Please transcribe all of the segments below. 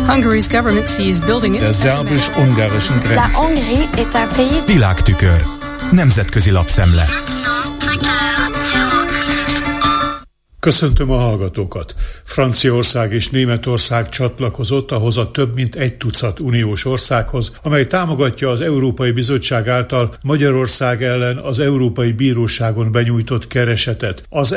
der szerbus-ungarischen Grenze. Világtükör. Nemzetközi lapszemle. Köszöntöm a hallgatókat! Franciaország és Németország csatlakozott ahhoz a több mint 10 uniós országhoz, amely támogatja az Európai Bizottság által Magyarország ellen az Európai Bíróságon benyújtott keresetet, az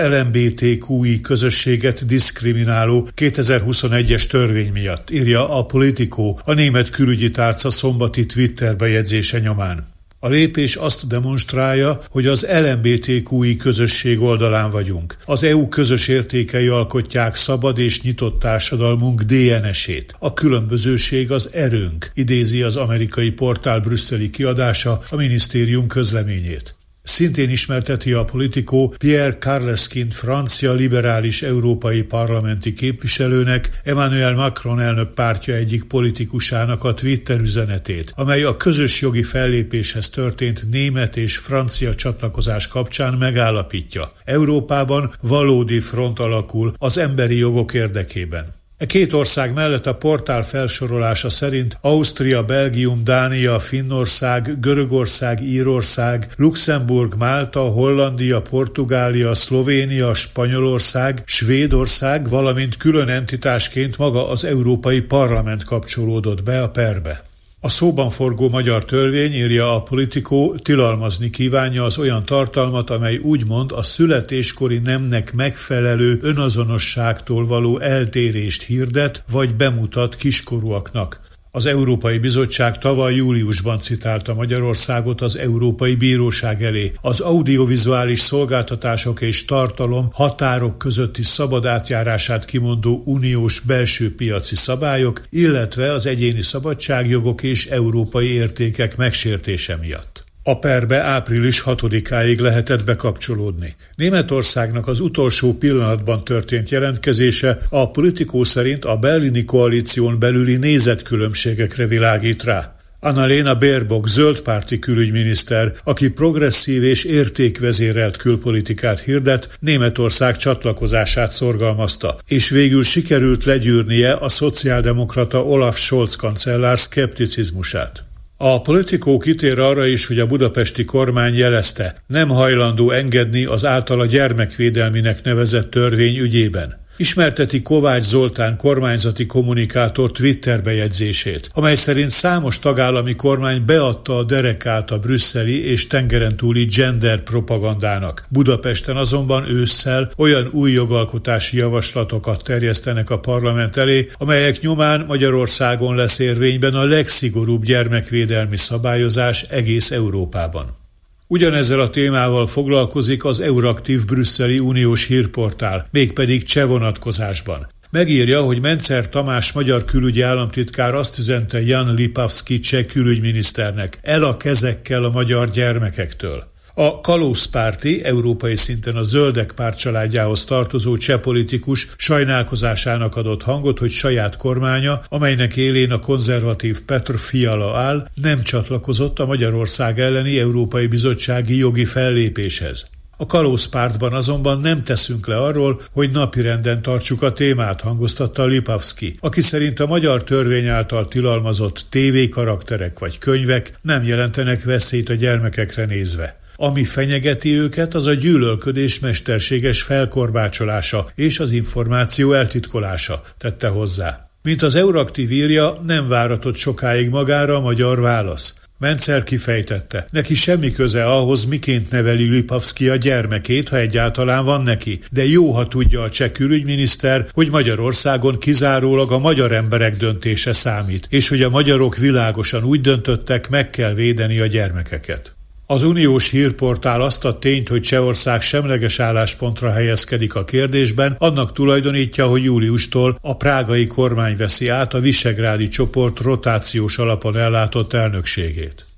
LMBTQI közösséget diszkrimináló 2021-es törvény miatt, írja a Politico, a német külügyi tárca szombati Twitter bejegyzése nyomán. A lépés azt demonstrálja, hogy az LMBTQI közösség oldalán vagyunk. Az EU közös értékei alkotják szabad és nyitott társadalmunk DNS-ét. A különbözőség az erőnk, idézi az amerikai portál brüsszeli kiadása a minisztérium közleményét. Szintén ismerteti a Politico Pierre Karleskind francia liberális európai parlamenti képviselőnek, Emmanuel Macron elnök pártja egyik politikusának a Twitter üzenetét, amely a közös jogi fellépéshez történt német és francia csatlakozás kapcsán megállapítja. Európában valódi front alakul az emberi jogok érdekében. E két ország mellett a portál felsorolása szerint Ausztria, Belgium, Dánia, Finnország, Görögország, Írország, Luxemburg, Málta, Hollandia, Portugália, Szlovénia, Spanyolország, Svédország, valamint külön entitásként maga az Európai Parlament kapcsolódott be a perbe. A szóban forgó magyar törvény, írja a Politico, tilalmazni kívánja az olyan tartalmat, amely úgymond a születéskori nemnek megfelelő önazonosságtól való eltérést hirdet vagy bemutat kiskorúaknak. Az Európai Bizottság tavaly júliusban citálta Magyarországot az Európai Bíróság elé. Az audiovizuális szolgáltatások és tartalom határok közötti szabad átjárását kimondó uniós belső piaci szabályok, illetve az egyéni szabadságjogok és európai értékek megsértése miatt. A perbe április 6-áig lehetett bekapcsolódni. Németországnak az utolsó pillanatban történt jelentkezése a Politico szerint a berlini koalíción belüli nézetkülönbségekre világít rá. Annalena Baerbock zöldpárti külügyminiszter, aki progresszív és értékvezérelt külpolitikát hirdet, Németország csatlakozását szorgalmazta, és végül sikerült legyűrnie a szociáldemokrata Olaf Scholz kancellár szkepticizmusát. A Politico kitér arra is, hogy a budapesti kormány jelezte, nem hajlandó engedni az általa gyermekvédelminek nevezett törvény ügyében. Ismerteti Kovács Zoltán kormányzati kommunikátor Twitter bejegyzését, amely szerint számos tagállami kormány beadta a derekát a brüsszeli és tengeren túli gender propagandának. Budapesten azonban ősszel olyan új jogalkotási javaslatokat terjesztenek a parlament elé, amelyek nyomán Magyarországon lesz érvényben a legszigorúbb gyermekvédelmi szabályozás egész Európában. Ugyanezzel a témával foglalkozik az Euraktív brüsszeli uniós hírportál, mégpedig cseh vonatkozásban. Megírja, hogy Mencer Tamás magyar külügyi államtitkár azt üzente Jan Lipavsky cseh külügyminiszternek: el a kezekkel a magyar gyermekektől. A kalózpárti, európai szinten a Zöldek pártcsaládjához tartozó cseh politikus sajnálkozásának adott hangot, hogy saját kormánya, amelynek élén a konzervatív Petr Fiala áll, nem csatlakozott a Magyarország elleni Európai Bizottsági jogi fellépéshez. A kalózpártban azonban nem teszünk le arról, hogy napirenden tartsuk a témát, hangoztatta Lipavsky, aki szerint a magyar törvény által tilalmazott tévékarakterek vagy könyvek nem jelentenek veszélyt a gyermekekre nézve. Ami fenyegeti őket, az a gyűlölködés mesterséges felkorbácsolása és az információ eltitkolása, tette hozzá. Mint az Euraktív írja, nem váratott sokáig magára a magyar válasz. Mencer kifejtette, neki semmi köze ahhoz, miként neveli Lipavsky a gyermekét, ha egyáltalán van neki, de jó, ha tudja a cseh külügyminiszter, hogy Magyarországon kizárólag a magyar emberek döntése számít, és hogy a magyarok világosan úgy döntöttek, meg kell védeni a gyermekeket. Az uniós hírportál azt a tényt, hogy Csehország semleges álláspontra helyezkedik a kérdésben, annak tulajdonítja, hogy júliustól a prágai kormány veszi át a visegrádi csoport rotációs alapon ellátott elnökségét.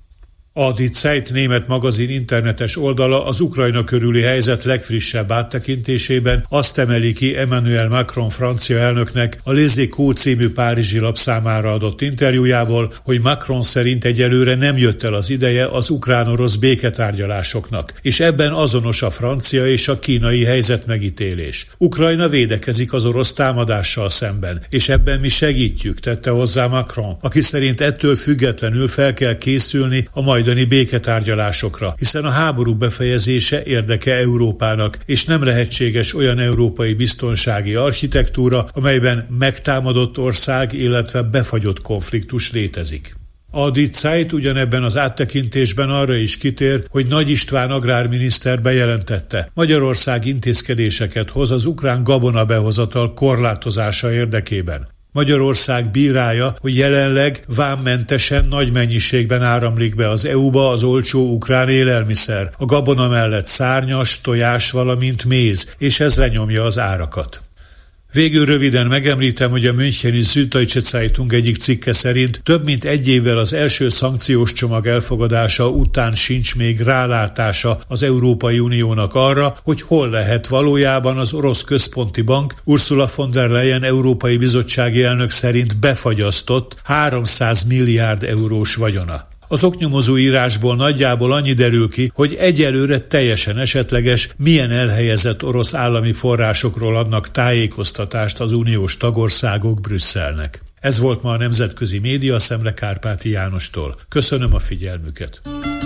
A Die Zeit német magazin internetes oldala az Ukrajna körüli helyzet legfrissebb áttekintésében azt emeli ki Emmanuel Macron francia elnöknek a Les Échos című párizsi lap számára adott interjújából, hogy Macron szerint egyelőre nem jött el az ideje az ukrán-orosz béketárgyalásoknak, és ebben azonos a francia és a kínai helyzetmegítélés. Ukrajna védekezik az orosz támadással szemben, és ebben mi segítjük, tette hozzá Macron, aki szerint ettől függetlenül fel kell készülni a majdani béketárgyalásokra, hiszen a háború befejezése érdeke Európának, és nem lehetséges olyan európai biztonsági architektúra, amelyben megtámadott ország, illetve befagyott konfliktus létezik. A Die Zeit ugyanebben az áttekintésben arra is kitér, hogy Nagy István agrárminiszter bejelentette, Magyarország intézkedéseket hoz az ukrán gabonabehozatal korlátozása érdekében. Magyarország bírálja, hogy jelenleg vámmentesen nagy mennyiségben áramlik be az EU-ba az olcsó ukrán élelmiszer, a gabona mellett szárnyas, tojás, valamint méz, és ez lenyomja az árakat. Végül röviden megemlítem, hogy a müncheni Süddeutsche Zeitung egyik cikke szerint több mint egy évvel az első szankciós csomag elfogadása után sincs még rálátása az Európai Uniónak arra, hogy hol lehet valójában az orosz központi bank Ursula von der Leyen európai bizottsági elnök szerint befagyasztott 300 milliárd eurós vagyona. Az oknyomozó írásból nagyjából annyi derül ki, hogy egyelőre teljesen esetleges, milyen elhelyezett orosz állami forrásokról adnak tájékoztatást az uniós tagországok Brüsszelnek. Ez volt ma a Nemzetközi Média Szemle Kárpáti Jánostól. Köszönöm a figyelmüket.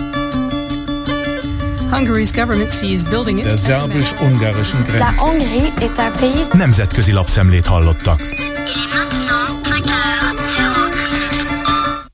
Der szerbus-ungarischen Grenze. Nemzetközi lapszemlét hallottak.